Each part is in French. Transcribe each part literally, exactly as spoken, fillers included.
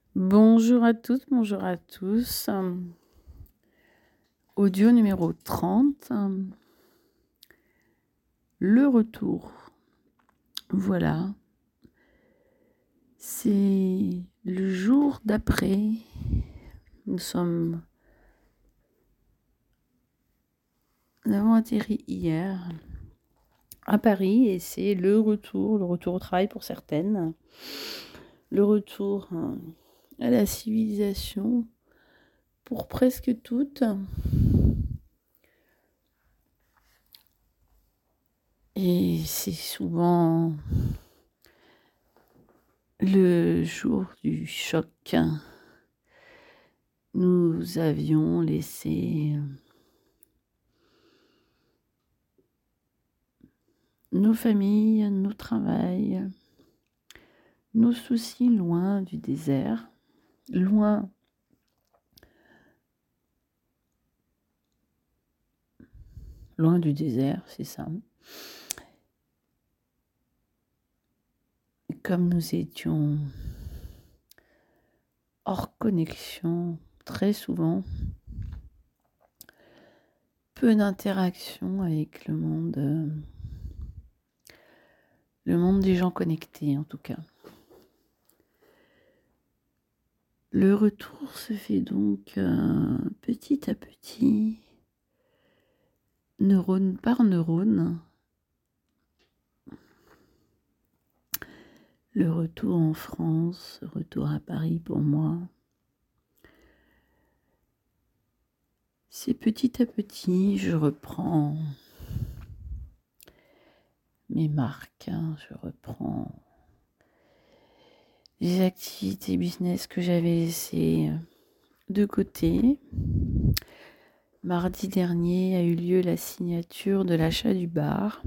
Bonjour à toutes, bonjour à tous. Euh, Audio numéro trente. euh, Le retour. Voilà. C'est le jour d'après. Nous sommes. Nous avons atterri hier à Paris et c'est le retour, le retour au travail pour certaines, le retour euh, à la civilisation pour presque toutes. Et c'est souvent le jour du choc. Nous avions laissé nos familles, nos travails, nos soucis loin du désert, loin loin du désert, c'est ça. Comme nous étions hors connexion très souvent, peu d'interaction avec le monde, euh, le monde des gens connectés en tout cas. Le retour se fait donc euh, petit à petit, neurone par neurone. Le retour en France, retour à Paris pour moi. C'est petit à petit, je reprends mes marques, hein, je reprends les activités business que j'avais laissées de côté. Mardi dernier a eu lieu la signature de l'achat du bar.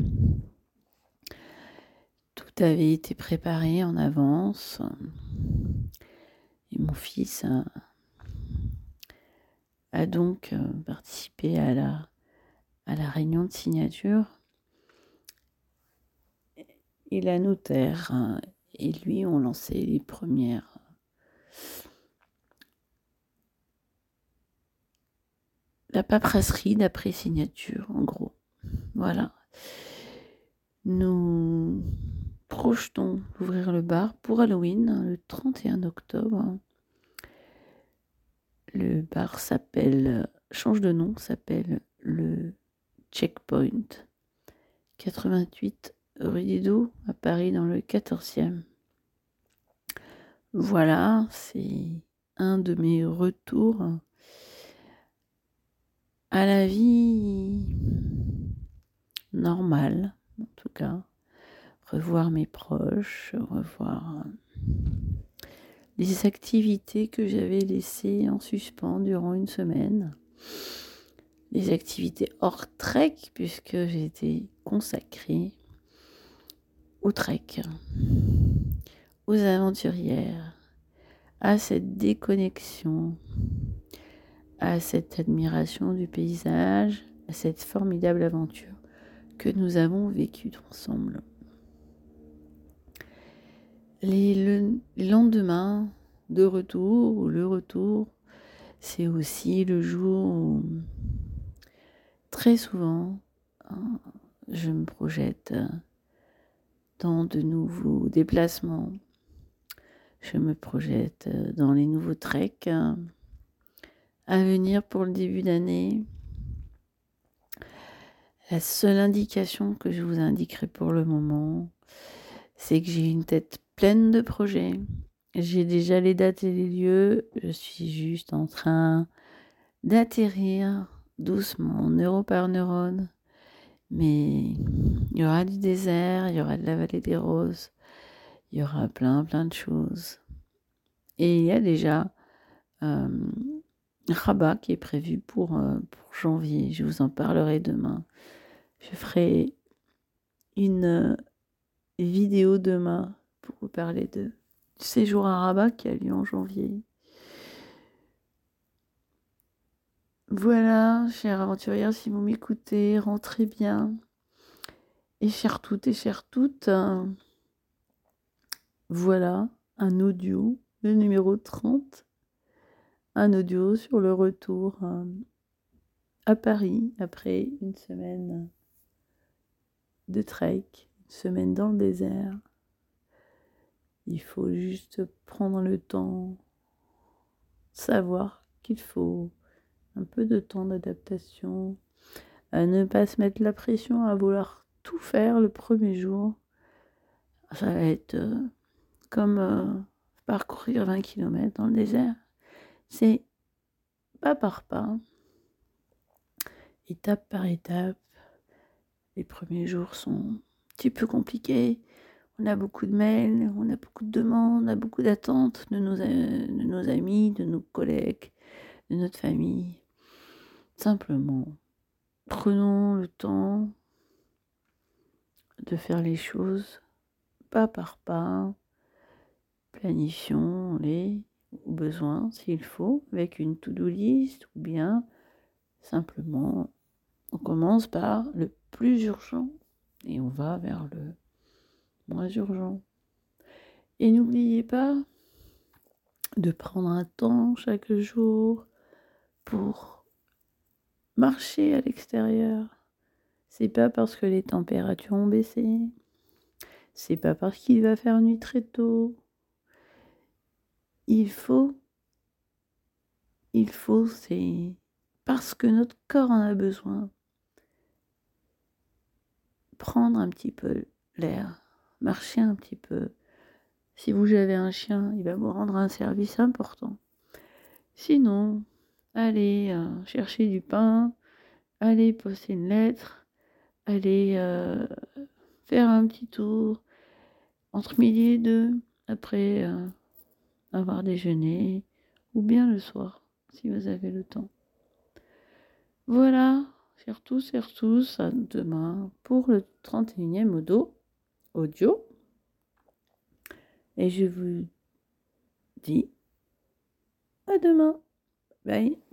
Tout avait été préparé en avance. Et mon fils a, a donc participé à la, à la réunion de signature. Et la notaire et lui ont lancé les premières la paperasserie d'après signature, en gros. Voilà. Nous projetons d'ouvrir le bar pour Halloween, le trente et un octobre. Le bar s'appelle, change de nom, s'appelle le Checkpoint, quatre-vingt-huit rue Didot, à Paris, dans le quatorzième. Voilà, c'est un de mes retours à la vie normale, en tout cas. Revoir mes proches, revoir les activités que j'avais laissées en suspens durant une semaine. Les activités hors trek, puisque j'ai été consacrée au trek, aux aventurières, à cette déconnexion, à cette admiration du paysage, à cette formidable aventure que nous avons vécue ensemble. Les, le, les lendemains de retour, ou le retour, c'est aussi le jour où, très souvent, je me projette dans de nouveaux déplacements. Je me projette dans les nouveaux treks à venir pour le début d'année. La seule indication que je vous indiquerai pour le moment, c'est que j'ai une tête pleine de projets. J'ai déjà les dates et les lieux. Je suis juste en train d'atterrir doucement, neuro par neurone. Mais il y aura du désert, il y aura de la vallée des roses, il y aura plein, plein de choses. Et il y a déjà euh, Rabat qui est prévu pour, euh, pour janvier. Je vous en parlerai demain. Je ferai une euh, vidéo demain pour vous parler de, du séjour à Rabat qui a lieu en janvier. Voilà, chère aventurière, si vous m'écoutez, rentrez bien. Et chères toutes et chères toutes, euh, voilà un audio le numéro trente, un audio sur le retour euh, à Paris après une semaine de trek, une semaine dans le désert. Il faut juste prendre le temps, savoir qu'il faut un peu de temps d'adaptation, à ne pas se mettre la pression à vouloir tout faire le premier jour. Ça va être euh, comme euh, parcourir vingt kilomètres dans le désert. C'est pas par pas, étape par étape. Les premiers jours sont un petit peu compliqués. On a beaucoup de mails, on a beaucoup de demandes, on a beaucoup d'attentes de nos, de nos amis, de nos collègues, de notre famille. Simplement, prenons le temps de faire les choses pas par pas, planifions-les au besoin s'il faut, avec une to-do list, ou bien simplement on commence par le plus urgent et on va vers le moins urgent. Et n'oubliez pas de prendre un temps chaque jour pour marcher à l'extérieur. C'est pas parce que les températures ont baissé, c'est pas parce qu'il va faire nuit très tôt. Il faut, il faut, c'est parce que notre corps en a besoin. Prendre un petit peu l'air, marcher un petit peu. Si vous avez un chien, il va vous rendre un service important. Sinon, allez euh, chercher du pain, allez poster une lettre, allez euh, faire un petit tour entre midi et deux, après euh, avoir déjeuné, ou bien le soir, si vous avez le temps. Voilà, chers tous, chers tous, à demain pour le trente et unième audio. audio. Et je vous dis à demain. Bye.